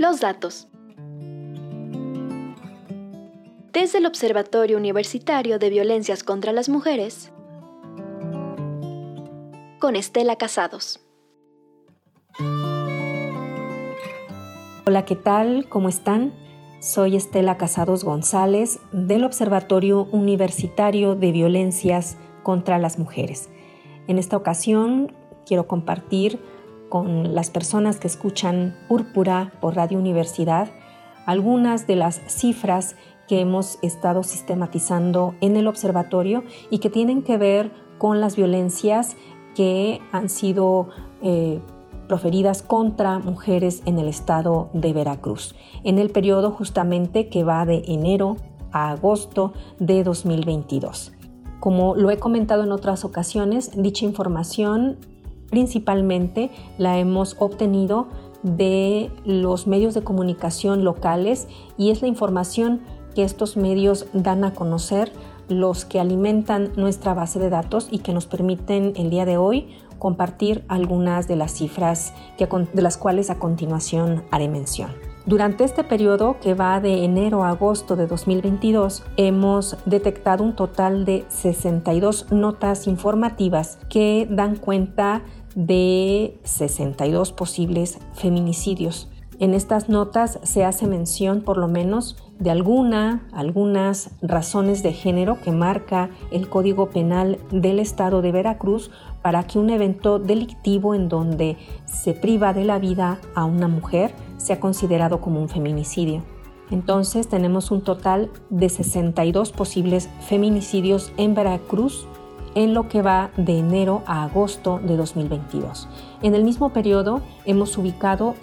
Los datos. Desde el Observatorio Universitario de Violencias contra las Mujeres, con Estela Casados. Hola, ¿qué tal? ¿Cómo están? Soy Estela Casados González del Observatorio Universitario de Violencias contra las Mujeres. En esta ocasión quiero compartir con las personas que escuchan Púrpura por Radio Universidad algunas de las cifras que hemos estado sistematizando en el observatorio y que tienen que ver con las violencias que han sido proferidas contra mujeres en el estado de Veracruz, en el periodo justamente que va de enero a agosto de 2022. Como lo he comentado en otras ocasiones, dicha información principalmente la hemos obtenido de los medios de comunicación locales y es la información que estos medios dan a conocer, los que alimentan nuestra base de datos y que nos permiten el día de hoy compartir algunas de las cifras de las cuales a continuación haré mención. Durante este periodo que va de enero a agosto de 2022, hemos detectado un total de 62 notas informativas que dan cuenta de 62 posibles feminicidios. En estas notas se hace mención por lo menos de algunas razones de género que marca el Código Penal del Estado de Veracruz para que un evento delictivo en donde se priva de la vida a una mujer sea considerado como un feminicidio. Entonces tenemos un total de 62 posibles feminicidios en Veracruz en lo que va de enero a agosto de 2022. En el mismo periodo hemos ubicado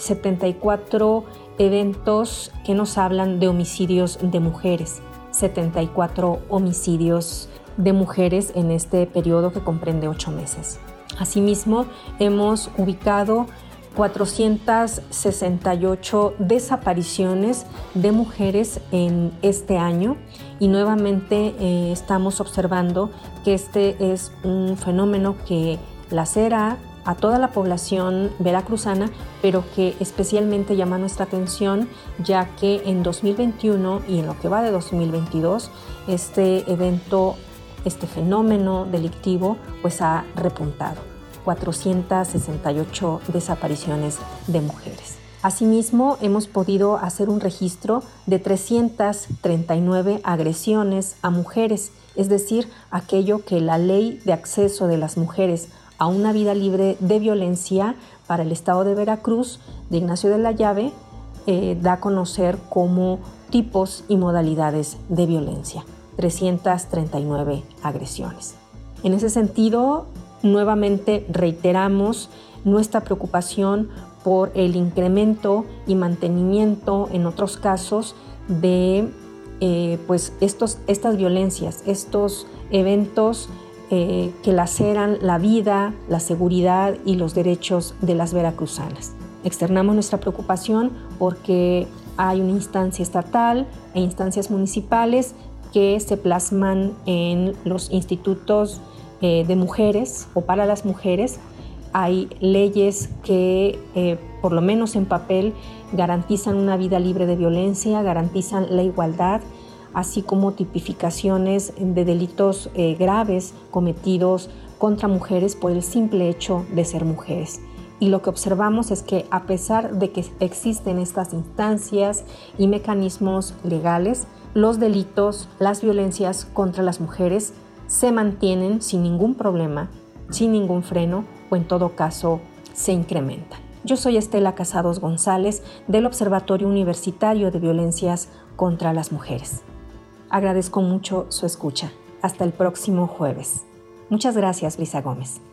74 eventos que nos hablan de homicidios de mujeres, 74 homicidios de mujeres en este periodo que comprende 8 meses. Asimismo, hemos ubicado 468 desapariciones de mujeres en este año y nuevamente estamos observando que este es un fenómeno que lacera a toda la población veracruzana, pero que especialmente llama nuestra atención ya que en 2021 y en lo que va de 2022 este fenómeno delictivo pues ha repuntado. 468 desapariciones de mujeres. Asimismo, hemos podido hacer un registro de 339 agresiones a mujeres, es decir, aquello que la Ley de Acceso de las Mujeres a una Vida Libre de Violencia para el Estado de Veracruz, de Ignacio de la Llave, da a conocer como tipos y modalidades de violencia. 339 agresiones. En ese sentido, nuevamente reiteramos nuestra preocupación por el incremento y mantenimiento en otros casos de estas violencias, estos eventos que laceran la vida, la seguridad y los derechos de las veracruzanas. Externamos nuestra preocupación porque hay una instancia estatal e instancias municipales que se plasman en los institutos de mujeres o para las mujeres. Hay leyes que, por lo menos en papel, garantizan una vida libre de violencia, garantizan la igualdad, así como tipificaciones de delitos graves cometidos contra mujeres por el simple hecho de ser mujeres. Y lo que observamos es que a pesar de que existen estas instancias y mecanismos legales, los delitos, las violencias contra las mujeres se mantienen sin ningún problema, sin ningún freno o en todo caso se incrementan. Yo soy Estela Casados González del Observatorio Universitario de Violencias contra las Mujeres. Agradezco mucho su escucha. Hasta el próximo jueves. Muchas gracias, Lisa Gómez.